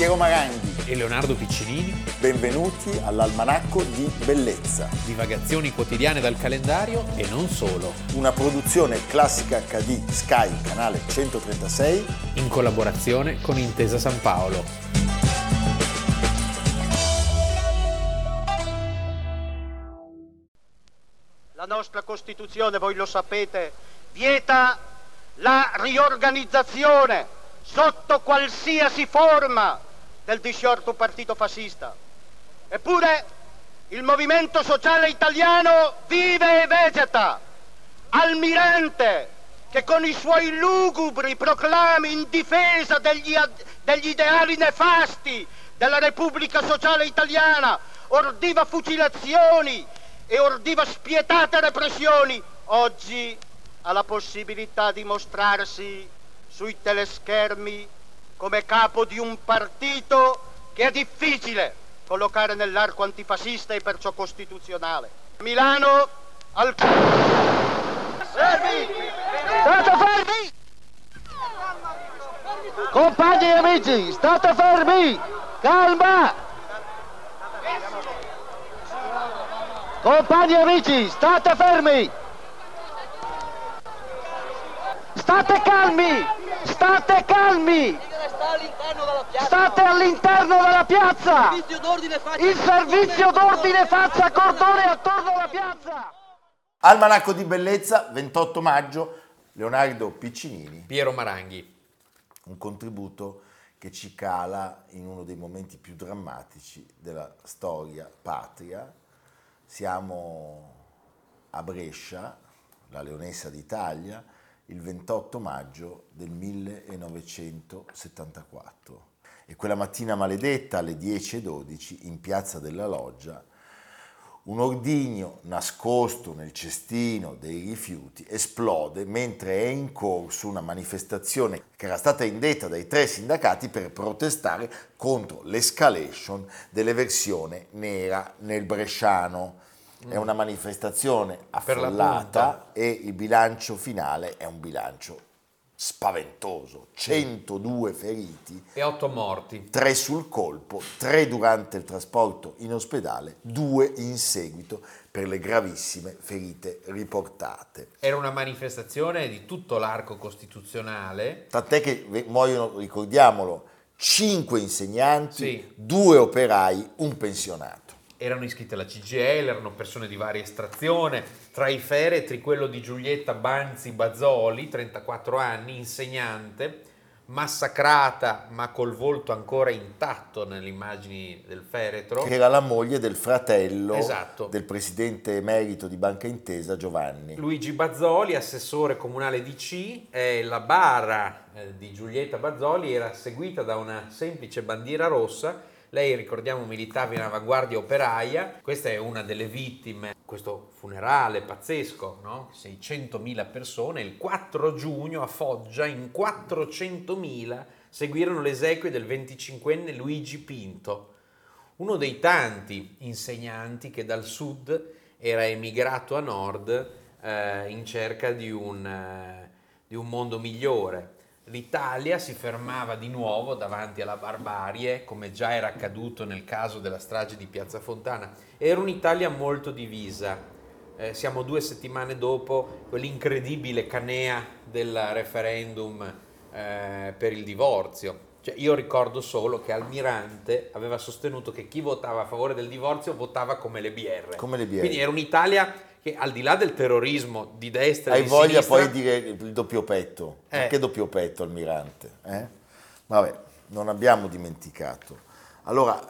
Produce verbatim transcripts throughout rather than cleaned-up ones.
Piero Maranghi e Leonardo Piccinini. Benvenuti all'Almanacco di Bellezza. Divagazioni quotidiane dal calendario e non solo. Una produzione Classica acca di Sky, canale centotrentasei. In collaborazione con Intesa San Paolo. La nostra Costituzione, voi lo sapete, vieta la riorganizzazione sotto qualsiasi forma del disciolto partito fascista. Eppure il Movimento Sociale Italiano vive e vegeta. Almirante, che con i suoi lugubri proclami in difesa degli, degli ideali nefasti della Repubblica Sociale Italiana, ordiva fucilazioni e ordiva spietate repressioni, oggi ha la possibilità di mostrarsi sui teleschermi come capo di un partito che è difficile collocare nell'arco antifascista e perciò costituzionale. Milano al... Fermi! State fermi! Compagni e amici, state fermi! Calma! Compagni e amici, state fermi! State calmi! State calmi! State all'interno della piazza! Il servizio d'ordine faccia cordone attorno alla piazza! Almanacco di Bellezza, ventotto maggio, Leonardo Piccinini. Piero Maranghi. Un contributo che ci cala in uno dei momenti più drammatici della storia patria. Siamo a Brescia, la Leonessa d'Italia, il ventotto maggio del millenovecentosettantaquattro. E quella mattina maledetta alle dieci e dodici in Piazza della Loggia un ordigno nascosto nel cestino dei rifiuti esplode mentre è in corso una manifestazione che era stata indetta dai tre sindacati per protestare contro l'escalation dell'eversione nera nel bresciano. È una manifestazione affollata e il bilancio finale è un bilancio spaventoso, centodue feriti e otto morti, tre sul colpo, tre durante il trasporto in ospedale, due in seguito per le gravissime ferite riportate. Era una manifestazione di tutto l'arco costituzionale, tant'è che muoiono, ricordiamolo, cinque insegnanti, sì. due operai, un pensionato. Erano iscritti alla C G I L, erano persone di varia estrazione, tra i feretri quello di Giulietta Banzi Bazzoli, trentaquattro anni, insegnante, massacrata ma col volto ancora intatto nelle immagini del feretro. Che era la moglie del fratello esatto. del presidente emerito di Banca Intesa Giovanni. Luigi Bazzoli, assessore comunale D C, e la bara eh, di Giulietta Bazzoli era seguita da una semplice bandiera rossa. Lei, ricordiamo, militava in avanguardia operaia. Questa è una delle vittime, questo funerale pazzesco, no? seicentomila persone. Il quattro giugno a Foggia in quattrocentomila seguirono le esequie del venticinquenne Luigi Pinto, uno dei tanti insegnanti che dal sud era emigrato a nord eh, in cerca di un, eh, di un mondo migliore. L'Italia si fermava di nuovo davanti alla barbarie, come già era accaduto nel caso della strage di Piazza Fontana. Era un'Italia molto divisa. Eh, siamo due settimane dopo quell'incredibile canea del referendum eh, per il divorzio. Cioè, io ricordo solo che Almirante aveva sostenuto che chi votava a favore del divorzio votava come le B R. Come le B R. Quindi era un'Italia che, al di là del terrorismo di destra e Hai di voglia sinistra... poi di dire il doppio petto. Eh. Ma che doppio petto, Almirante? Eh? Vabbè, non abbiamo dimenticato. Allora,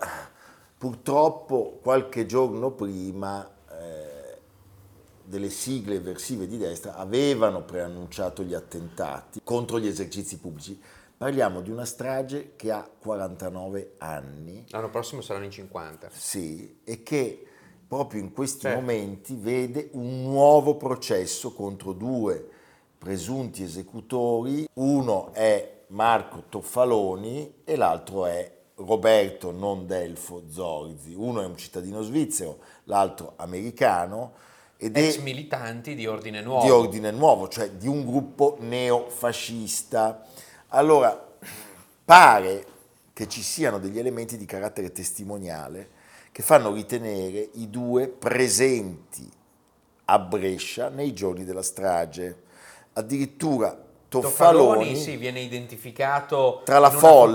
purtroppo qualche giorno prima eh, delle sigle eversive di destra avevano preannunciato gli attentati contro gli esercizi pubblici. Parliamo di una strage che ha quarantanove anni. L'anno prossimo saranno in cinquanta. Sì, e che proprio in questi certo. momenti vede un nuovo processo contro due presunti esecutori. Uno è Marco Toffaloni e l'altro è Roberto Nondelfo Zorzi. Uno è un cittadino svizzero, l'altro americano. Ed Ex è militanti di Ordine Nuovo. Di Ordine Nuovo, cioè di un gruppo neofascista. Allora, pare che che ci siano degli elementi di carattere testimoniale che fanno ritenere i due presenti a Brescia nei giorni della strage. Addirittura Toffaloni, Toffaloni sì, viene identificato tra la in una folla,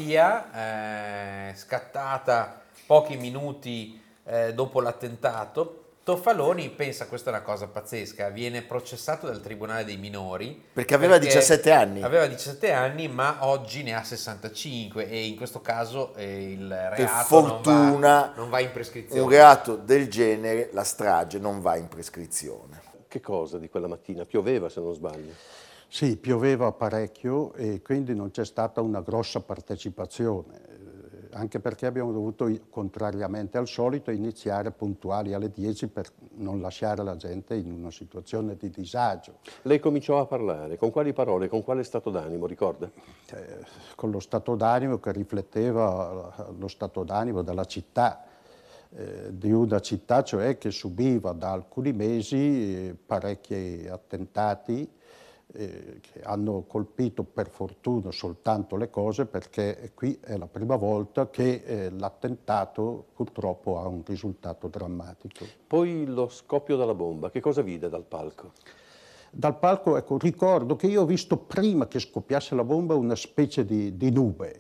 fotografia eh, scattata pochi minuti eh, dopo l'attentato. Toffaloni, pensa, questa è una cosa pazzesca, viene processato dal Tribunale dei minori perché aveva diciassette anni. Aveva diciassette anni, ma oggi ne ha sessantacinque e in questo caso eh, il reato per fortuna non va, non va in prescrizione. Un reato del genere, la strage, non va in prescrizione. Che cosa di quella mattina? Pioveva, se non sbaglio. Sì, pioveva parecchio e quindi non c'è stata una grossa partecipazione, anche perché abbiamo dovuto, contrariamente al solito, iniziare puntuali alle dieci per non lasciare la gente in una situazione di disagio. Lei cominciò a parlare, con quali parole, con quale stato d'animo, ricorda? Eh, con lo stato d'animo che rifletteva lo stato d'animo della città, eh, di una città cioè che subiva da alcuni mesi eh, parecchi attentati, Eh, che hanno colpito per fortuna soltanto le cose, perché qui è la prima volta che eh, l'attentato purtroppo ha un risultato drammatico. Poi lo scoppio della bomba, che cosa vide dal palco? Dal palco, ecco, ricordo che io ho visto prima che scoppiasse la bomba una specie di, di nube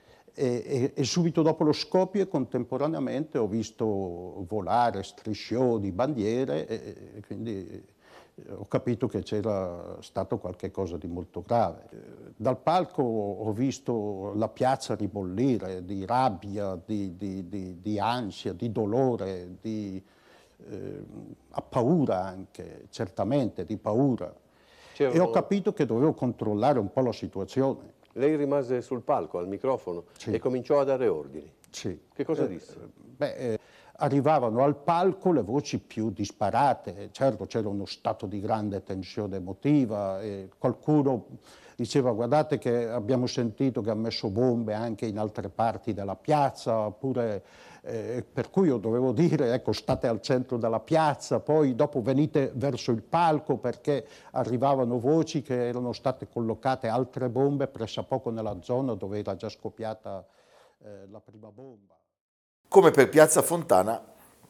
e, e, e subito dopo lo scoppio contemporaneamente ho visto volare striscioni, bandiere e, e quindi ho capito che c'era stato qualche cosa di molto grave. Dal palco ho visto la piazza ribollire di rabbia, di, di, di, di ansia, di dolore, di eh, a paura anche, certamente di paura. C'erano... E ho capito che dovevo controllare un po' la situazione. Lei rimase sul palco, al microfono, sì, e cominciò a dare ordini. Sì. Che cosa eh, disse? Beh, eh, arrivavano al palco le voci più disparate, certo c'era uno stato di grande tensione emotiva, e qualcuno diceva guardate che abbiamo sentito che ha messo bombe anche in altre parti della piazza, oppure, eh, per cui io dovevo dire ecco state al centro della piazza, poi dopo venite verso il palco perché arrivavano voci che erano state collocate altre bombe pressappoco nella zona dove era già scoppiata eh, la prima bomba. Come per Piazza Fontana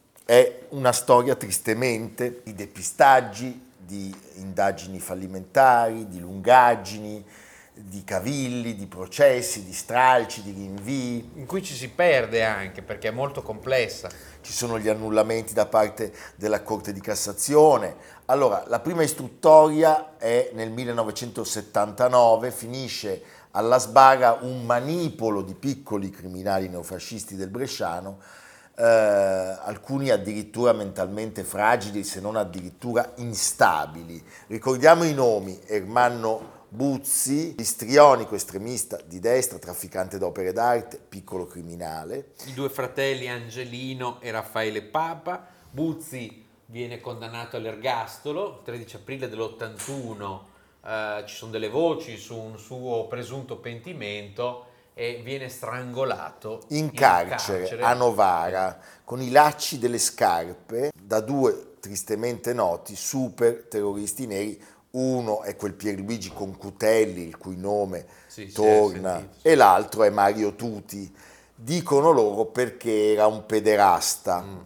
è una storia tristemente di depistaggi, di indagini fallimentari, di lungaggini, di cavilli, di processi, di stralci, di rinvii. In cui ci si perde anche perché è molto complessa. Ci sono gli annullamenti da parte della Corte di Cassazione. Allora, la prima istruttoria è nel millenovecentosettantanove, finisce alla sbarra un manipolo di piccoli criminali neofascisti del bresciano, eh, alcuni addirittura mentalmente fragili, se non addirittura instabili. Ricordiamo i nomi: Ermanno Buzzi, istrionico estremista di destra, trafficante d'opere d'arte, piccolo criminale. I due fratelli Angelino e Raffaele Papa. Buzzi viene condannato all'ergastolo il tredici aprile dell'ottantuno. Uh, ci sono delle voci su un suo presunto pentimento e viene strangolato in, in carcere, carcere a Novara, con i lacci delle scarpe da due tristemente noti super terroristi neri. Uno è quel Pierluigi Concutelli, il cui nome sì, torna, sì, sentito, sì. E l'altro è Mario Tuti. Dicono loro perché era un pederasta. Mm.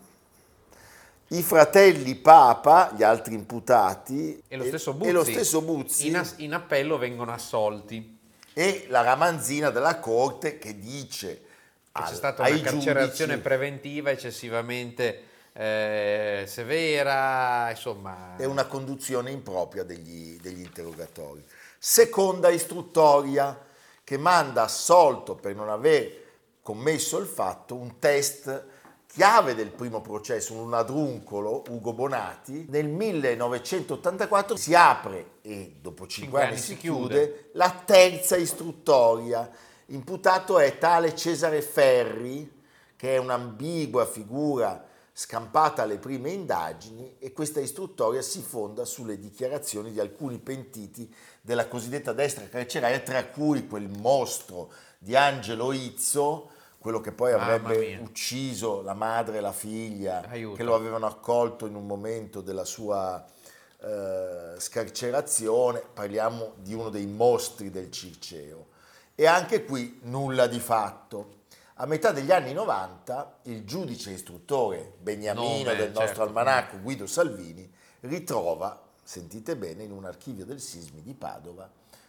I fratelli Papa, gli altri imputati, e lo stesso Buzzi, e lo stesso Buzzi in, as- in appello vengono assolti. E la ramanzina della Corte che dice che al, c'è stata ai una carcerazione giudici, preventiva eccessivamente eh, severa, insomma... È una conduzione impropria degli, degli interrogatori. Seconda istruttoria che manda assolto per non aver commesso il fatto un test chiave del primo processo, un ladruncolo, Ugo Bonati. Nel millenovecentottantaquattro si apre e dopo cinque anni, anni si chiude, chiude la terza istruttoria. Imputato è tale Cesare Ferri, che è un'ambigua figura scampata alle prime indagini, e questa istruttoria si fonda sulle dichiarazioni di alcuni pentiti della cosiddetta destra carceraria, tra cui quel mostro di Angelo Izzo, quello che poi avrebbe ucciso la madre e la figlia, Aiuto. Che lo avevano accolto in un momento della sua eh, scarcerazione. Parliamo di uno dei mostri del Circeo. E anche qui nulla di fatto. A metà degli anni novanta il giudice istruttore beniamino Nome, del nostro certo. almanacco Guido Salvini ritrova, sentite bene, in un archivio del Sismi di Padova,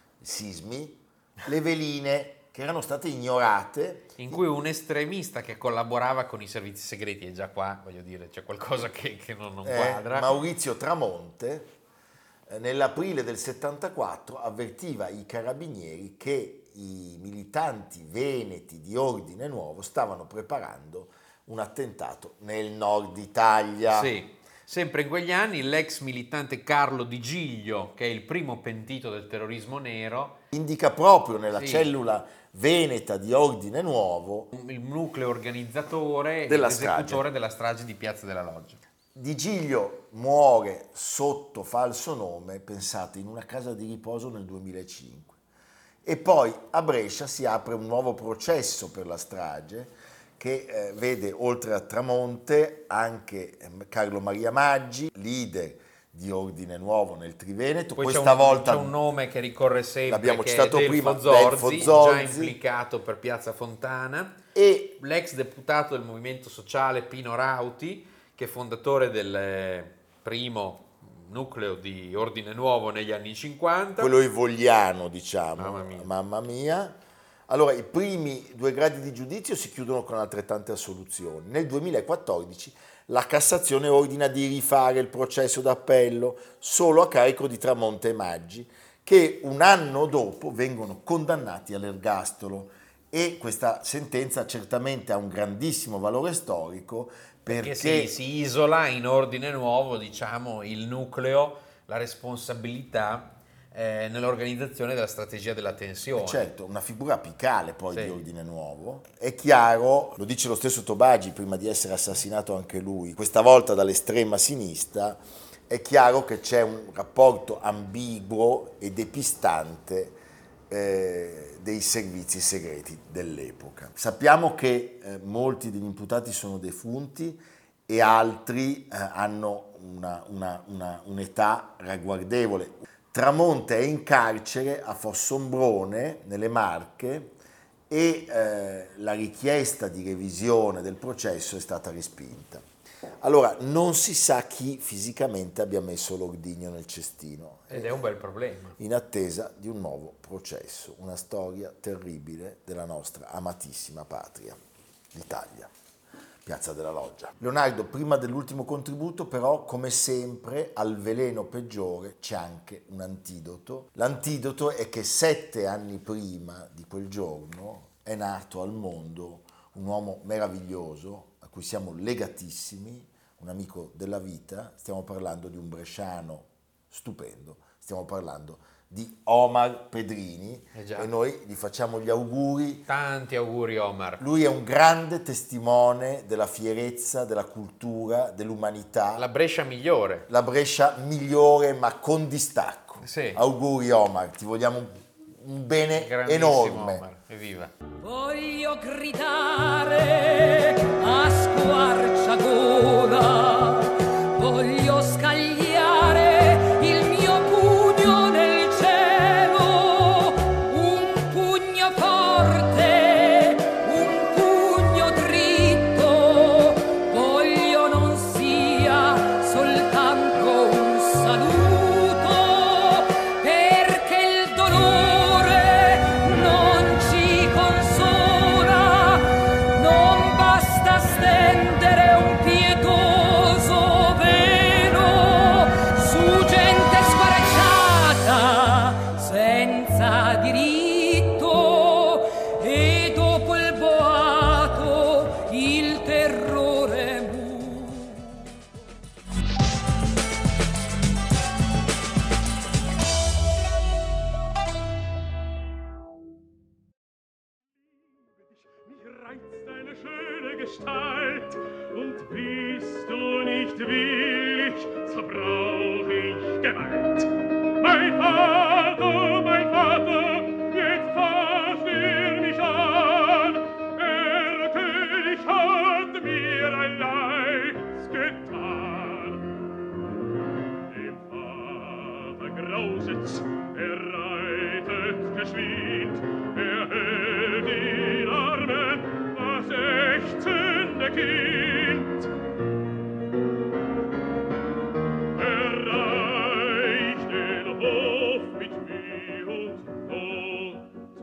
Sismi, le veline che erano state ignorate. In cui un estremista che collaborava con i servizi segreti, e già qua, voglio dire, c'è qualcosa che, che non, non eh, quadra. Maurizio Tramonte, eh, nell'aprile del settantaquattro, avvertiva i carabinieri che i militanti veneti di Ordine Nuovo stavano preparando un attentato nel nord Italia. Sì. Sempre in quegli anni l'ex militante Carlo Di Giglio, che è il primo pentito del terrorismo nero, Indica proprio nella Sì. cellula veneta di Ordine Nuovo il nucleo organizzatore e Della l'esecutore strage. della strage di Piazza della Loggia. Di Giglio muore sotto falso nome, pensate, in una casa di riposo nel duemilacinque. E poi a Brescia si apre un nuovo processo per la strage che eh, vede oltre a Tramonte anche eh, Carlo Maria Maggi, leader di Ordine Nuovo nel Triveneto. Poi Questa c'è un, volta c'è un nome che ricorre sempre, l'abbiamo che citato è Delfo prima, Zorzi, Delfo Zorzi. già implicato per Piazza Fontana, e l'ex deputato del movimento sociale Pino Rauti, che è fondatore del eh, primo nucleo di Ordine Nuovo negli anni cinquanta. quello evogliano, diciamo, Mamma mia. mamma mia. Allora, i primi due gradi di giudizio si chiudono con altrettante assoluzioni. Nel duemilaquattordici la Cassazione ordina di rifare il processo d'appello solo a carico di Tramonte e Maggi, che un anno dopo vengono condannati all'ergastolo. E questa sentenza certamente ha un grandissimo valore storico, perché, Perché si, si isola in Ordine Nuovo, diciamo, il nucleo, la responsabilità eh, nell'organizzazione della strategia della tensione. certo, una figura apicale poi Sì. di Ordine Nuovo. È chiaro, lo dice lo stesso Tobagi prima di essere assassinato anche lui, questa volta dall'estrema sinistra, è chiaro che c'è un rapporto ambiguo e depistante eh, dei servizi segreti dell'epoca. Sappiamo che eh, molti degli imputati sono defunti e altri eh, hanno una, una, una, un'età ragguardevole. Tramonte è in carcere a Fossombrone, nelle Marche, e eh, la richiesta di revisione del processo è stata respinta. Allora, non si sa chi fisicamente abbia messo l'ordigno nel cestino, Ed è un bel problema. in attesa di un nuovo processo, una storia terribile della nostra amatissima patria, l'Italia. Piazza della Loggia. Leonardo, prima dell'ultimo contributo, però, come sempre, al veleno peggiore c'è anche un antidoto. L'antidoto è che sette anni prima di quel giorno è nato al mondo un uomo meraviglioso, a cui siamo legatissimi, un amico della vita. Stiamo parlando di un bresciano stupendo, stiamo parlando di Omar Pedrini, Eh già. e noi gli facciamo gli auguri. Tanti auguri, Omar. Lui è un grande testimone della fierezza, della cultura, dell'umanità, La Brescia migliore. la Brescia migliore ma con distacco. Sì. Auguri Omar, ti vogliamo un- un bene Grandissimo enorme. Omar. Evviva. Voglio gridare a squarciagola, voglio scagliare il mio pugno nel cielo, un pugno forte, un pugno dritto, voglio non sia soltanto un saluto, perché il dolore non ci consola, non basta stendere un pietoso velo su gente squarciata senza diritto, e dopo il boato il terrore muto. Mich reizt deine schöne Gestalt, und bist du nicht willig, so brauch ich Gewalt. Mein Vater, mein Vater, jetzt versteh mich an, der König hat mir ein Leids getan. Dem Vater grauset's, er reitet geschwind, er Kind. Erreicht den Hof mit Mühe und Not.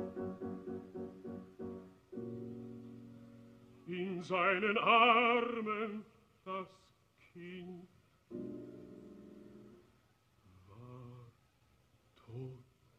In seinen Armen das Kind war tot.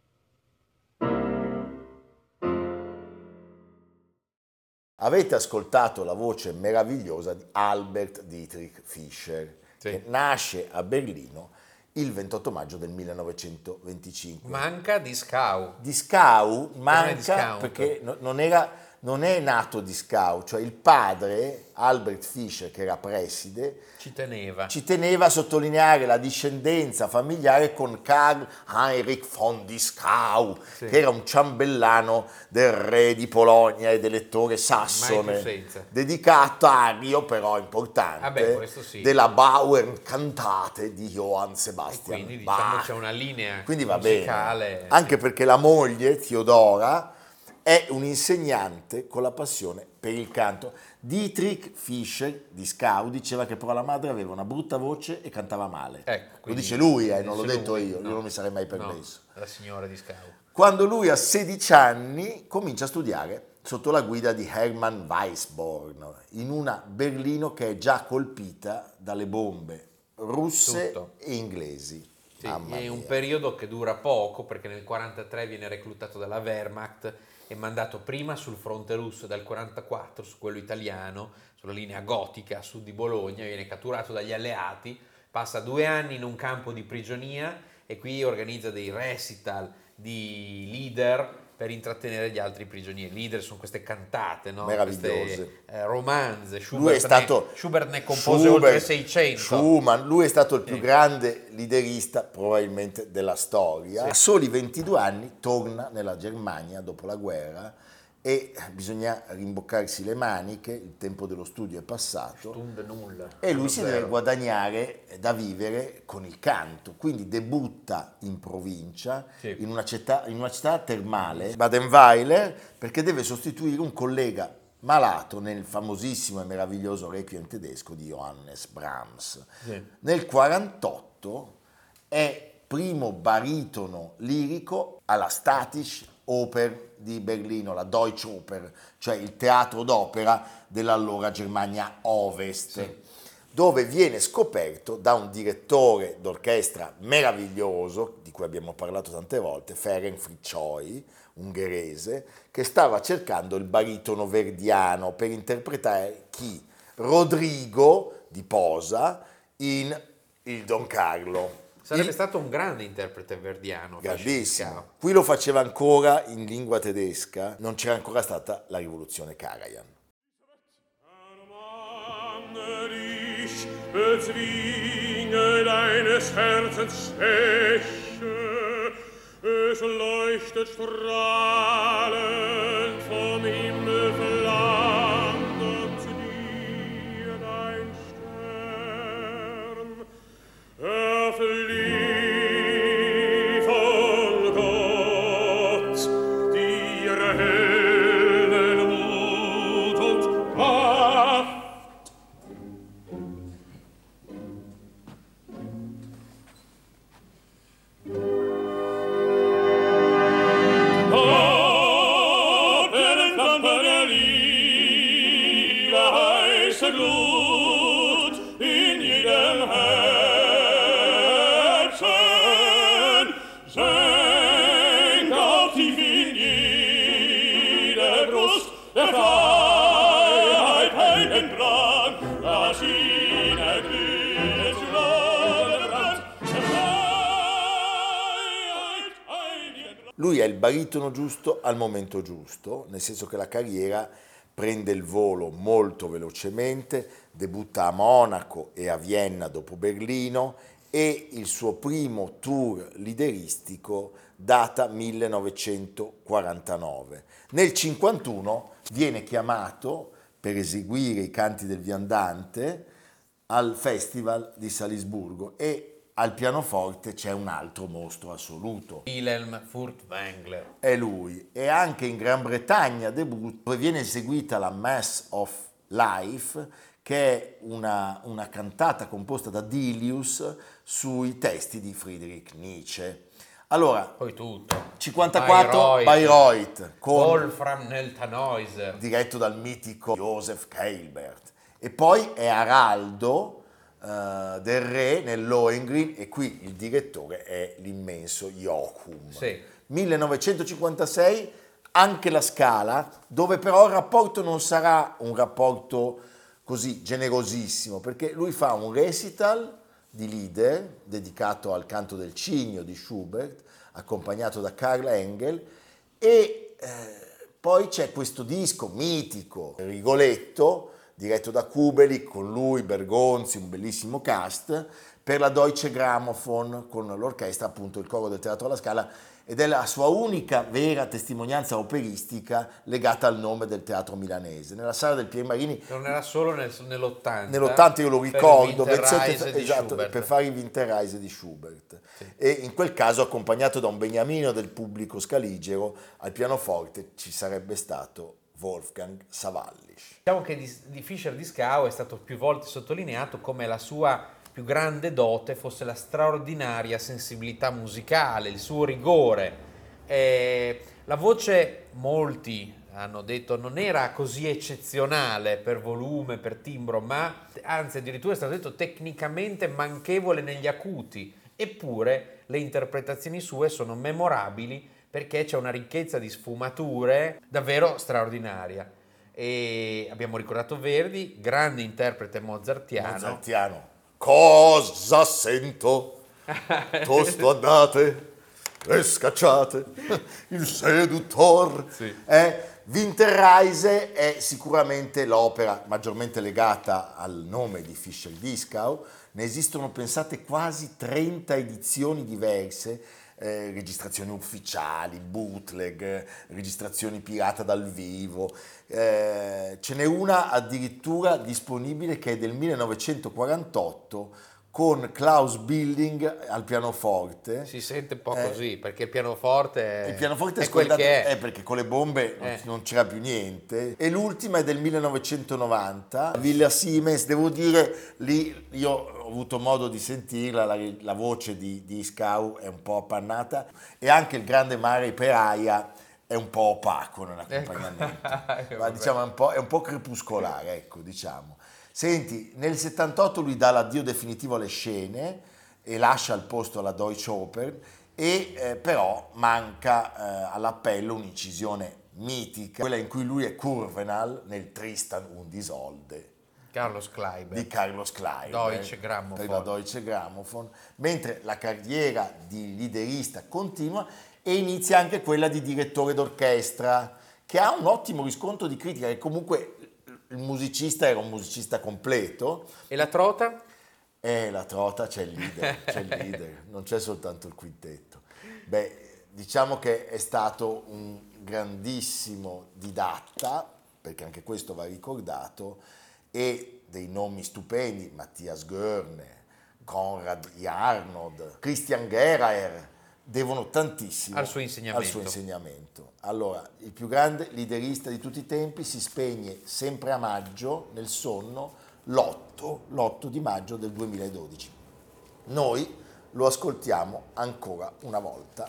Avete ascoltato la voce meravigliosa di Albert Dietrich Fischer, Sì. che nasce a Berlino il ventotto maggio del millenovecentoventicinque. Manca Dieskau. Dieskau è manca discount. perché no- non, era, non è nato Dieskau, cioè il padre, Albert Fischer, che era preside, Ci teneva. ci teneva a sottolineare la discendenza familiare con Karl Heinrich von Dieskau, Sì. che era un ciambellano del re di Polonia e dell'elettore sassone, Mai più senza. dedicatario però importante Vabbè, questo sì. della Bauern Cantate di Johann E Sebastian quindi diciamo Bach. c'è una linea Quindi va musicale. bene, anche perché la moglie, Theodora, è un insegnante con la passione per il canto. Dietrich Fischer, Dieskau, diceva che però la madre aveva una brutta voce e cantava male. Ecco, Lo quindi- dice lui, eh, lo non l'ho dice detto lui, io, no. io non mi sarei mai No, permesso. la signora Dieskau. Quando lui ha sedici anni comincia a studiare sotto la guida di Hermann Weisborn, in una Berlino che è già colpita dalle bombe russe Tutto. e inglesi. Sì, Mamma è un mia. periodo che dura poco perché nel quarantatré viene reclutato dalla Wehrmacht e mandato prima sul fronte russo, dal quarantaquattro su quello italiano, sulla linea gotica a sud di Bologna, viene catturato dagli alleati, passa due anni in un campo di prigionia e qui organizza dei recital di leader per intrattenere gli altri prigionieri. Leader sono queste cantate, no? Meravigliose. Queste eh, romanze. Schubert, Lui è stato ne, Schubert ne compose Schubert, oltre seicento. Schumann, lui è stato il più Sì. grande liderista probabilmente della storia. Sì. A soli ventidue anni torna nella Germania dopo la guerra e bisogna rimboccarsi le maniche, il tempo dello studio è passato Stunde nulla. e lui si deve Zero. guadagnare da vivere con il canto, quindi debutta in provincia, Sì. in, una città, in una città termale, Badenweiler, perché deve sostituire un collega malato nel famosissimo e meraviglioso Requiem tedesco di Johannes Brahms. Sì. Nel quarantotto è primo baritono lirico alla Staatliche Oper di Berlino, la Deutsche Oper, cioè il teatro d'opera dell'allora Germania Ovest, Sì. dove viene scoperto da un direttore d'orchestra meraviglioso, di cui abbiamo parlato tante volte, Ferenc Fricsay, ungherese, che stava cercando il baritono verdiano per interpretare chi? Rodrigo di Posa in Il Don Carlo. Sarebbe Il- stato un grande interprete verdiano. Grandissimo. Fischer. Qui lo faceva ancora in lingua tedesca, non c'era ancora stata la rivoluzione Karajan. Ermahne dich, bezwinge deines Herzens Schwäche, es leuchtet strahlend vom Himmel flammend dir dein Stern. Er flieh von Gott, dir hellen Mut und Macht. Gott, der Entflammer der Liebe, heiße Glut in jedem Herzen, senk auf tief in jede Brust der Freiheit heiligen Brand, lass ihn erglühen zu Lodderbrand, der Freiheit heiligen Brand. Lui è il baritono giusto al momento giusto, nel senso che la carriera prende il volo molto velocemente, debutta a Monaco e a Vienna dopo Berlino e il suo primo tour lideristico data millenovecentoquarantanove. Nel cinquantuno viene chiamato per eseguire i canti del viandante al Festival di Salisburgo e al pianoforte c'è un altro mostro assoluto. Wilhelm Furtwängler. È lui. E anche in Gran Bretagna debutta, dove viene eseguita la Mass of Life, che è una, una cantata composta da Delius sui testi di Friedrich Nietzsche. Allora, poi tutto. cinquantaquattro Bayreuth, con Wolfram nel Tannhäuser, diretto dal mitico Joseph Keilbert. E poi è Araldo uh, del Re nel Lohengrin, e qui il direttore è l'immenso Jochum. Sì. millenovecentocinquantasei, anche La Scala, dove però il rapporto non sarà un rapporto così generosissimo, perché lui fa un recital di Lieder dedicato al canto del cigno di Schubert, accompagnato da Karl Engel, e eh, poi c'è questo disco mitico, Rigoletto, diretto da Kubelik, con lui, Bergonzi, un bellissimo cast, per la Deutsche Grammophon, con l'orchestra, appunto il coro del Teatro alla Scala, ed è la sua unica vera testimonianza operistica legata al nome del teatro milanese. Nella sala del Piermarini, non era solo nel, nell'ottanta, nell'ottanta io lo ricordo, per, Verzette, esatto, per fare il Winterreise di Schubert, sì. E in quel caso accompagnato da un beniamino del pubblico scaligero, al pianoforte ci sarebbe stato Wolfgang Sawallisch. Diciamo che di, di Fischer-Dieskau è stato più volte sottolineato come la sua più grande dote fosse la straordinaria sensibilità musicale, il suo rigore. Eh, la voce, molti hanno detto, non era così eccezionale per volume, per timbro, ma anzi addirittura è stato detto tecnicamente manchevole negli acuti. Eppure le interpretazioni sue sono memorabili perché c'è una ricchezza di sfumature davvero straordinaria. E abbiamo ricordato Verdi, grande interprete mozartiano. Mozartiano. Cosa sento? Tosto andate e scacciate il seduttor. Sì. Eh, Winterreise è sicuramente l'opera maggiormente legata al nome di Fischer-Dieskau. Ne esistono, pensate, quasi trenta edizioni diverse, eh, registrazioni ufficiali, bootleg, registrazioni pirata dal vivo. Eh, ce n'è una addirittura disponibile che è del millenovecentoquarantotto, con Klaus Billing al pianoforte. Si sente un po' Eh, così, perché il pianoforte, il pianoforte è, è quel scordato, che è. eh, perché con le bombe Eh. non c'era più niente. E l'ultima è del millenovecentonovanta, Villa Siemens. Devo dire, lì io ho avuto modo di sentirla, la, la voce di, di Dieskau è un po' appannata, e anche il grande Mare per Aia è un po' opaco nell'accompagnamento. Ecco. Ma diciamo è un po', è un po' crepuscolare, ecco, diciamo. Senti, nel settantotto lui dà l'addio definitivo alle scene e lascia il posto alla Deutsche Oper, e eh, però manca eh, all'appello un'incisione mitica, quella in cui lui è Kurvenal nel Tristan und Isolde Carlos Kleiber di Carlos Kleiber, Deutsche Grammophon. per la Deutsche Grammophon, mentre la carriera di liderista continua, e inizia anche quella di direttore d'orchestra, che ha un ottimo riscontro di critica, che comunque il musicista era un musicista completo. E la trota? Eh, la trota c'è il leader, c'è il leader, non c'è soltanto il quintetto. Beh, diciamo che è stato un grandissimo didatta, perché anche questo va ricordato, e dei nomi stupendi, Matthias Görne, Konrad Jarnod, Christian Geraer, devono tantissimo al suo insegnamento. al suo insegnamento. Allora, il più grande liderista di tutti i tempi si spegne sempre a maggio, nel sonno, l'otto, l'otto di maggio del duemiladodici. Noi lo ascoltiamo ancora una volta.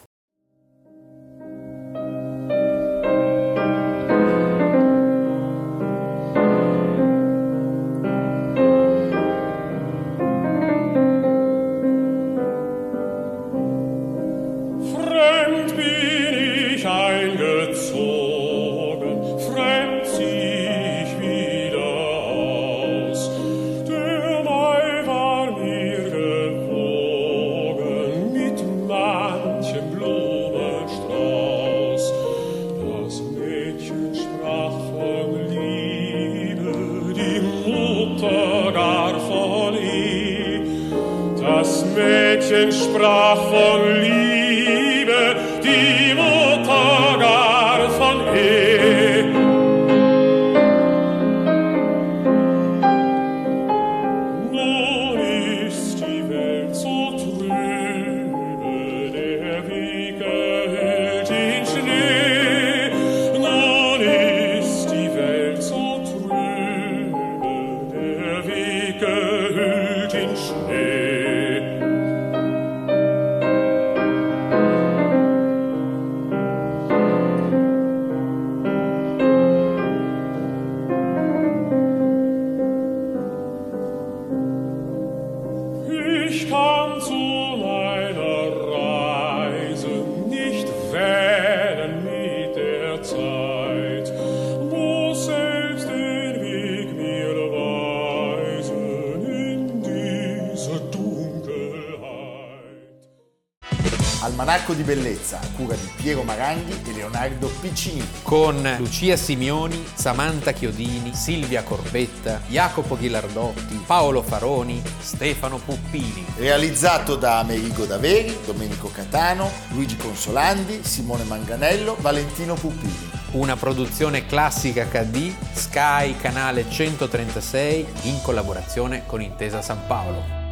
Sprach von Liebe, die Mutter gar von Ehe. Nun ist die Welt so trübe, der Weg erhält in Schnee. Nun ist die Welt so trübe, L'Almanacco di Bellezza, a cura di Piero Maranghi e Leonardo Piccini. Con Lucia Simioni, Samantha Chiodini, Silvia Corbetta, Jacopo Ghilardotti, Paolo Faroni, Stefano Puppini. Realizzato da Amerigo Daveri, Domenico Catano, Luigi Consolandi, Simone Manganello, Valentino Puppini. Una produzione Classica acca di, Sky, canale centotrentasei, in collaborazione con Intesa San Paolo.